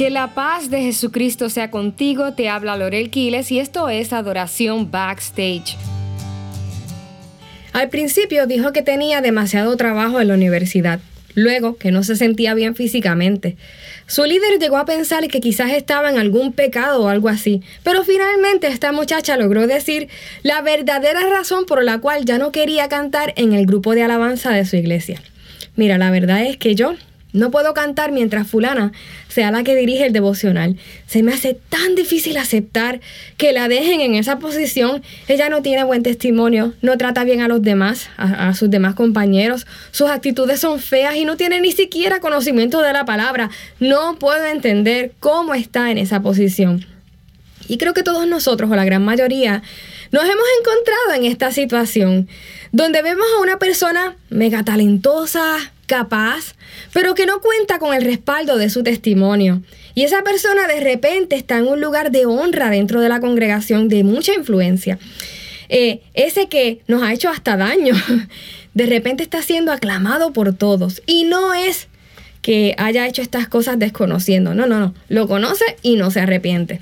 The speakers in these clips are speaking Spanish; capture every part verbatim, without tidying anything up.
Que la paz de Jesucristo sea contigo, te habla Lorel Quiles y esto es Adoración Backstage. Al principio dijo que tenía demasiado trabajo en la universidad, luego que no se sentía bien físicamente. Su líder llegó a pensar que quizás estaba en algún pecado o algo así, pero finalmente esta muchacha logró decir la verdadera razón por la cual ya no quería cantar en el grupo de alabanza de su iglesia. Mira, la verdad es que yo no puedo cantar mientras fulana sea la que dirige el devocional. Se me hace tan difícil aceptar que la dejen en esa posición. Ella no tiene buen testimonio, no trata bien a los demás, a, a sus demás compañeros. Sus actitudes son feas y no tiene ni siquiera conocimiento de la palabra. No puedo entender cómo está en esa posición. Y creo que todos nosotros, o la gran mayoría, nos hemos encontrado en esta situación, donde vemos a una persona mega talentosa, capaz, pero que no cuenta con el respaldo de su testimonio. Y esa persona de repente está en un lugar de honra dentro de la congregación, de mucha influencia. Eh, ese que nos ha hecho hasta daño, de repente está siendo aclamado por todos. Y no es que haya hecho estas cosas desconociendo. No, no, no. Lo conoce y no se arrepiente.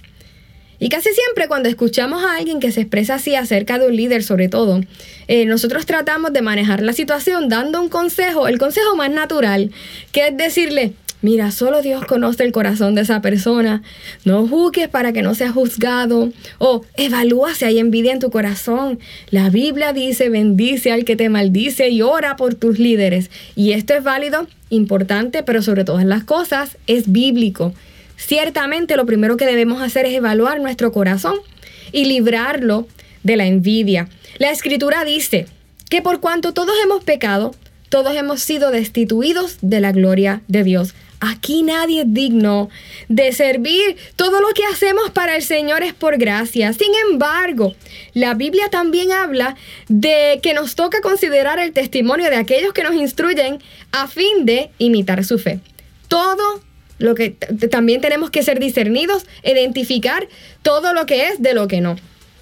Y casi siempre cuando escuchamos a alguien que se expresa así acerca de un líder, sobre todo, eh, nosotros tratamos de manejar la situación dando un consejo, el consejo más natural, que es decirle, mira, solo Dios conoce el corazón de esa persona, no juzgues para que no seas juzgado, o evalúa si hay envidia en tu corazón. La Biblia dice, bendice al que te maldice y ora por tus líderes. Y esto es válido, importante, pero sobre todas las cosas, es bíblico. Ciertamente lo primero que debemos hacer es evaluar nuestro corazón y librarlo de la envidia. La Escritura dice que por cuanto todos hemos pecado, todos hemos sido destituidos de la gloria de Dios. Aquí nadie es digno de servir. Todo lo que hacemos para el Señor es por gracia. Sin embargo, la Biblia también habla de que nos toca considerar el testimonio de aquellos que nos instruyen a fin de imitar su fe. Todo Lo que t- también tenemos que ser discernidos, identificar todo lo que es de lo que no.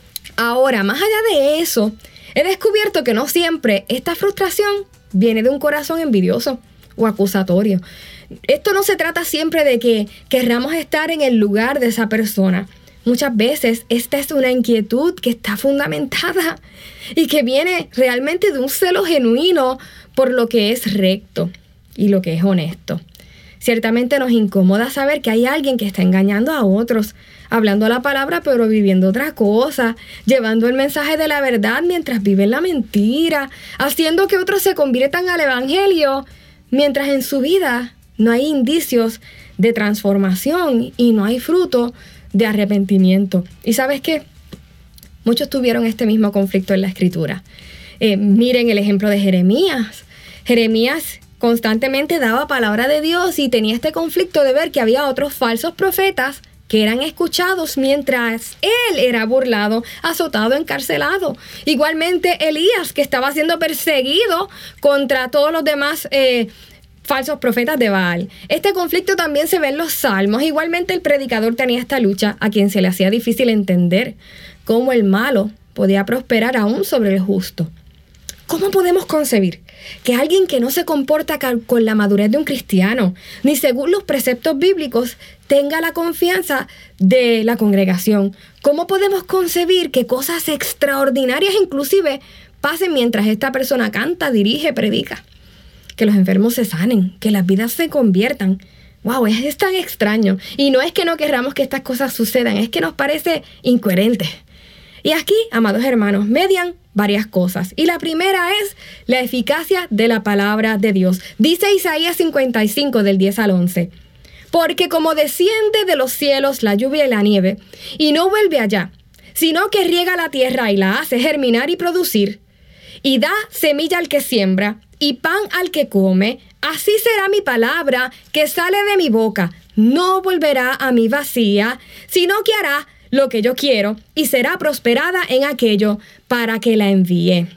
Ahora, más allá de eso, he descubierto que no siempre esta frustración viene de un corazón envidioso o acusatorio. Esto no se trata siempre de que querramos estar en el lugar de esa persona. Muchas veces esta es una inquietud que está fundamentada y que viene realmente de un celo genuino por lo que es recto y lo que es honesto. Ciertamente nos incomoda saber que hay alguien que está engañando a otros, hablando la palabra pero viviendo otra cosa, llevando el mensaje de la verdad mientras viven la mentira, haciendo que otros se conviertan al evangelio, mientras en su vida no hay indicios de transformación y no hay fruto de arrepentimiento. ¿Y sabes qué? Muchos tuvieron este mismo conflicto en la Escritura. Eh, miren el ejemplo de Jeremías. Jeremías constantemente daba palabra de Dios y tenía este conflicto de ver que había otros falsos profetas que eran escuchados mientras él era burlado, azotado, encarcelado. Igualmente Elías, que estaba siendo perseguido contra todos los demás eh, falsos profetas de Baal. Este conflicto también se ve en los Salmos. Igualmente el predicador tenía esta lucha a quien se le hacía difícil entender cómo el malo podía prosperar aún sobre el justo. ¿Cómo podemos concebir que alguien que no se comporta con la madurez de un cristiano, ni según los preceptos bíblicos, tenga la confianza de la congregación? ¿Cómo podemos concebir que cosas extraordinarias inclusive pasen mientras esta persona canta, dirige, predica? Que los enfermos se sanen, que las vidas se conviertan. ¡Wow! Es, es tan extraño. Y no es que no querramos que estas cosas sucedan, es que nos parece incoherente. Y aquí, amados hermanos, median varias cosas. Y la primera es la eficacia de la palabra de Dios. Dice Isaías cincuenta y cinco, del diez al once. Porque como desciende de los cielos la lluvia y la nieve, y no vuelve allá, sino que riega la tierra y la hace germinar y producir, y da semilla al que siembra, y pan al que come, así será mi palabra que sale de mi boca. No volverá a mí vacía, sino que hará lo que yo quiero y será prosperada en aquello para que la envíe.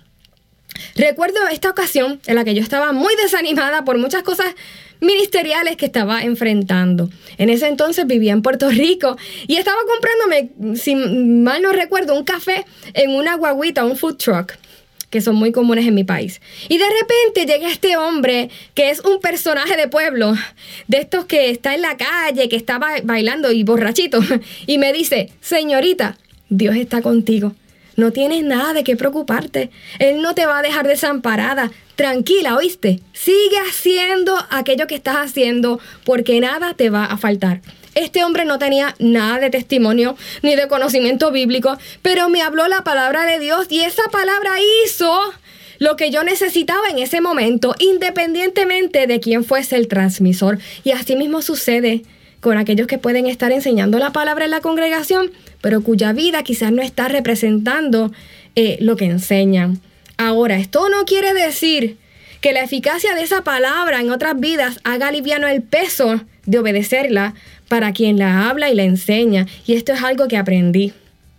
Recuerdo esta ocasión en la que yo estaba muy desanimada por muchas cosas ministeriales que estaba enfrentando. En ese entonces vivía en Puerto Rico y estaba comprándome, si mal no recuerdo, un café en una guaguita, un food truck. que son muy comunes en mi país. Y de repente llega este hombre que es un personaje de pueblo, de estos que está en la calle, que está ba- bailando y borrachito, y me dice, señorita, Dios está contigo. No tienes nada de qué preocuparte. Él no te va a dejar desamparada. Tranquila, ¿oíste? Sigue haciendo aquello que estás haciendo porque nada te va a faltar. Este hombre no tenía nada de testimonio ni de conocimiento bíblico, pero me habló la palabra de Dios y esa palabra hizo lo que yo necesitaba en ese momento, independientemente de quién fuese el transmisor. Y así mismo sucede con aquellos que pueden estar enseñando la palabra en la congregación, pero cuya vida quizás no está representando eh, lo que enseñan. Ahora, esto no quiere decir que la eficacia de esa palabra en otras vidas haga liviano el peso de obedecerla para quien la habla y la enseña. Y esto es algo que aprendí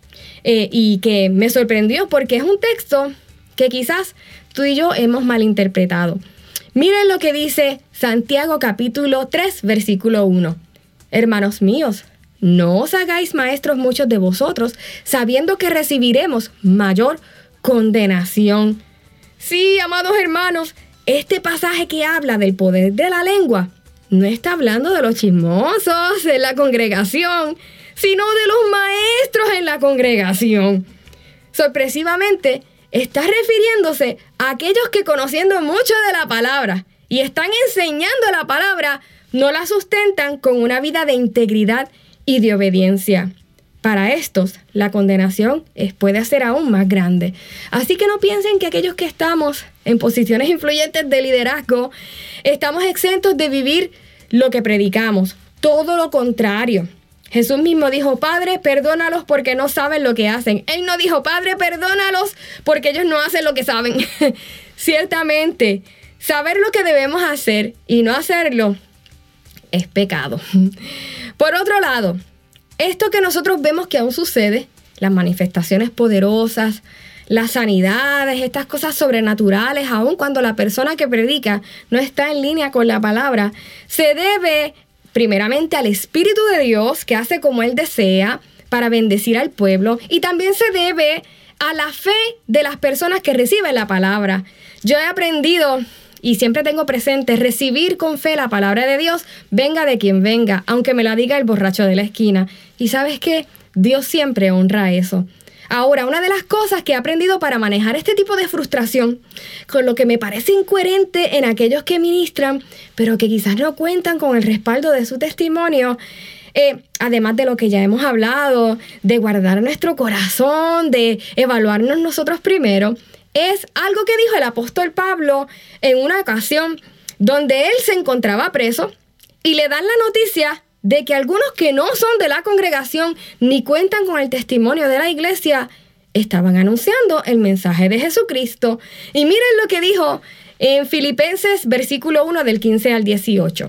eh, y que me sorprendió porque es un texto que quizás tú y yo hemos malinterpretado. Miren lo que dice Santiago capítulo tres, versículo uno. Hermanos míos, no os hagáis maestros muchos de vosotros, sabiendo que recibiremos mayor condenación. Sí, amados hermanos, este pasaje que habla del poder de la lengua no está hablando de los chismosos en la congregación, sino de los maestros en la congregación. Sorpresivamente, está refiriéndose a aquellos que conociendo mucho de la palabra y están enseñando la palabra, no la sustentan con una vida de integridad y de obediencia. Para estos, la condenación es, puede ser aún más grande. Así que no piensen que aquellos que estamos en posiciones influyentes de liderazgo, estamos exentos de vivir lo que predicamos. Todo lo contrario. Jesús mismo dijo, Padre, perdónalos porque no saben lo que hacen. Él no dijo, Padre, perdónalos porque ellos no hacen lo que saben. Ciertamente, saber lo que debemos hacer y no hacerlo es pecado. Por otro lado, esto que nosotros vemos que aún sucede, las manifestaciones poderosas, las sanidades, estas cosas sobrenaturales, aun cuando la persona que predica no está en línea con la palabra, se debe primeramente al Espíritu de Dios que hace como Él desea para bendecir al pueblo, y también se debe a la fe de las personas que reciben la palabra. Yo he aprendido y siempre tengo presente recibir con fe la palabra de Dios, venga de quien venga, aunque me la diga el borracho de la esquina. Y ¿sabes qué? Dios siempre honra eso. Ahora, una de las cosas que he aprendido para manejar este tipo de frustración, con lo que me parece incoherente en aquellos que ministran, pero que quizás no cuentan con el respaldo de su testimonio, eh, además de lo que ya hemos hablado, de guardar nuestro corazón, de evaluarnos nosotros primero, es algo que dijo el apóstol Pablo en una ocasión donde él se encontraba preso y le dan la noticia de que algunos que no son de la congregación ni cuentan con el testimonio de la iglesia estaban anunciando el mensaje de Jesucristo. Y miren lo que dijo en Filipenses versículo uno del quince al dieciocho.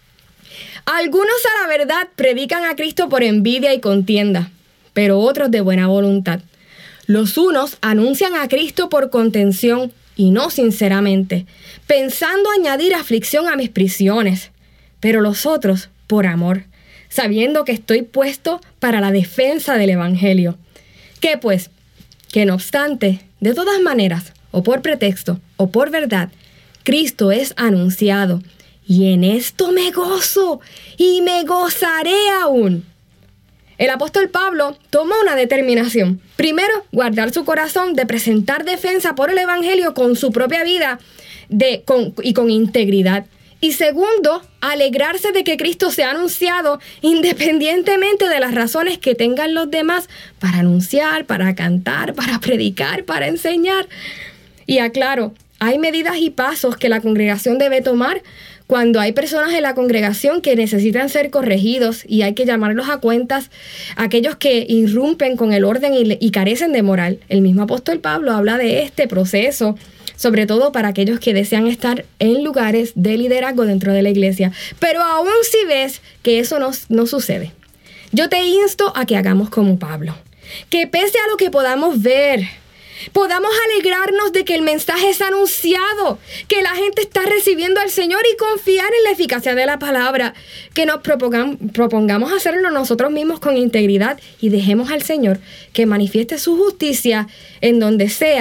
Algunos a la verdad predican a Cristo por envidia y contienda, pero otros de buena voluntad. Los unos anuncian a Cristo por contención y no sinceramente, pensando añadir aflicción a mis prisiones, pero los otros por amor, sabiendo que estoy puesto para la defensa del Evangelio. ¿Qué pues? Que no obstante, de todas maneras, o por pretexto, o por verdad, Cristo es anunciado, y en esto me gozo, y me gozaré aún. El apóstol Pablo tomó una determinación. Primero, guardar su corazón de presentar defensa por el Evangelio con su propia vida de, con, y con integridad. Y segundo, alegrarse de que Cristo sea anunciado independientemente de las razones que tengan los demás para anunciar, para cantar, para predicar, para enseñar. Y aclaro, hay medidas y pasos que la congregación debe tomar cuando hay personas en la congregación que necesitan ser corregidos y hay que llamarlos a cuentas, aquellos que irrumpen con el orden y, y carecen de moral. El mismo apóstol Pablo habla de este proceso, sobre todo para aquellos que desean estar en lugares de liderazgo dentro de la iglesia. Pero aún si ves que eso no, no sucede, yo te insto a que hagamos como Pablo, que pese a lo que podamos ver, podamos alegrarnos de que el mensaje es anunciado, que la gente está recibiendo al Señor y confiar en la eficacia de la palabra, que nos propongamos, propongamos hacerlo nosotros mismos con integridad y dejemos al Señor que manifieste su justicia en donde sea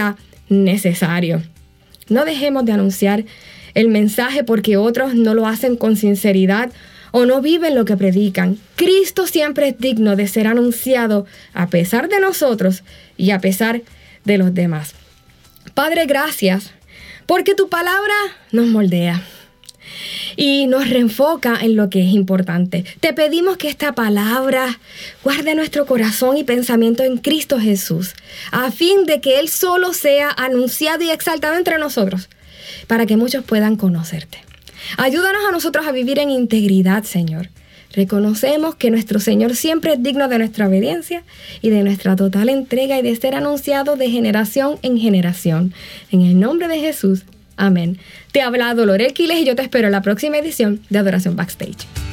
necesario. No dejemos de anunciar el mensaje porque otros no lo hacen con sinceridad o no viven lo que predican. Cristo siempre es digno de ser anunciado a pesar de nosotros y a pesar de los demás. Padre, gracias porque tu palabra nos moldea y nos reenfoca en lo que es importante. Te pedimos que esta palabra guarde nuestro corazón y pensamiento en Cristo Jesús, a fin de que Él solo sea anunciado y exaltado entre nosotros, para que muchos puedan conocerte. Ayúdanos a nosotros a vivir en integridad, Señor. Reconocemos que nuestro Señor siempre es digno de nuestra obediencia y de nuestra total entrega y de ser anunciado de generación en generación. En el nombre de Jesús. Amén. Te ha hablado Lorel Quiles y yo te espero en la próxima edición de Adoración Backstage.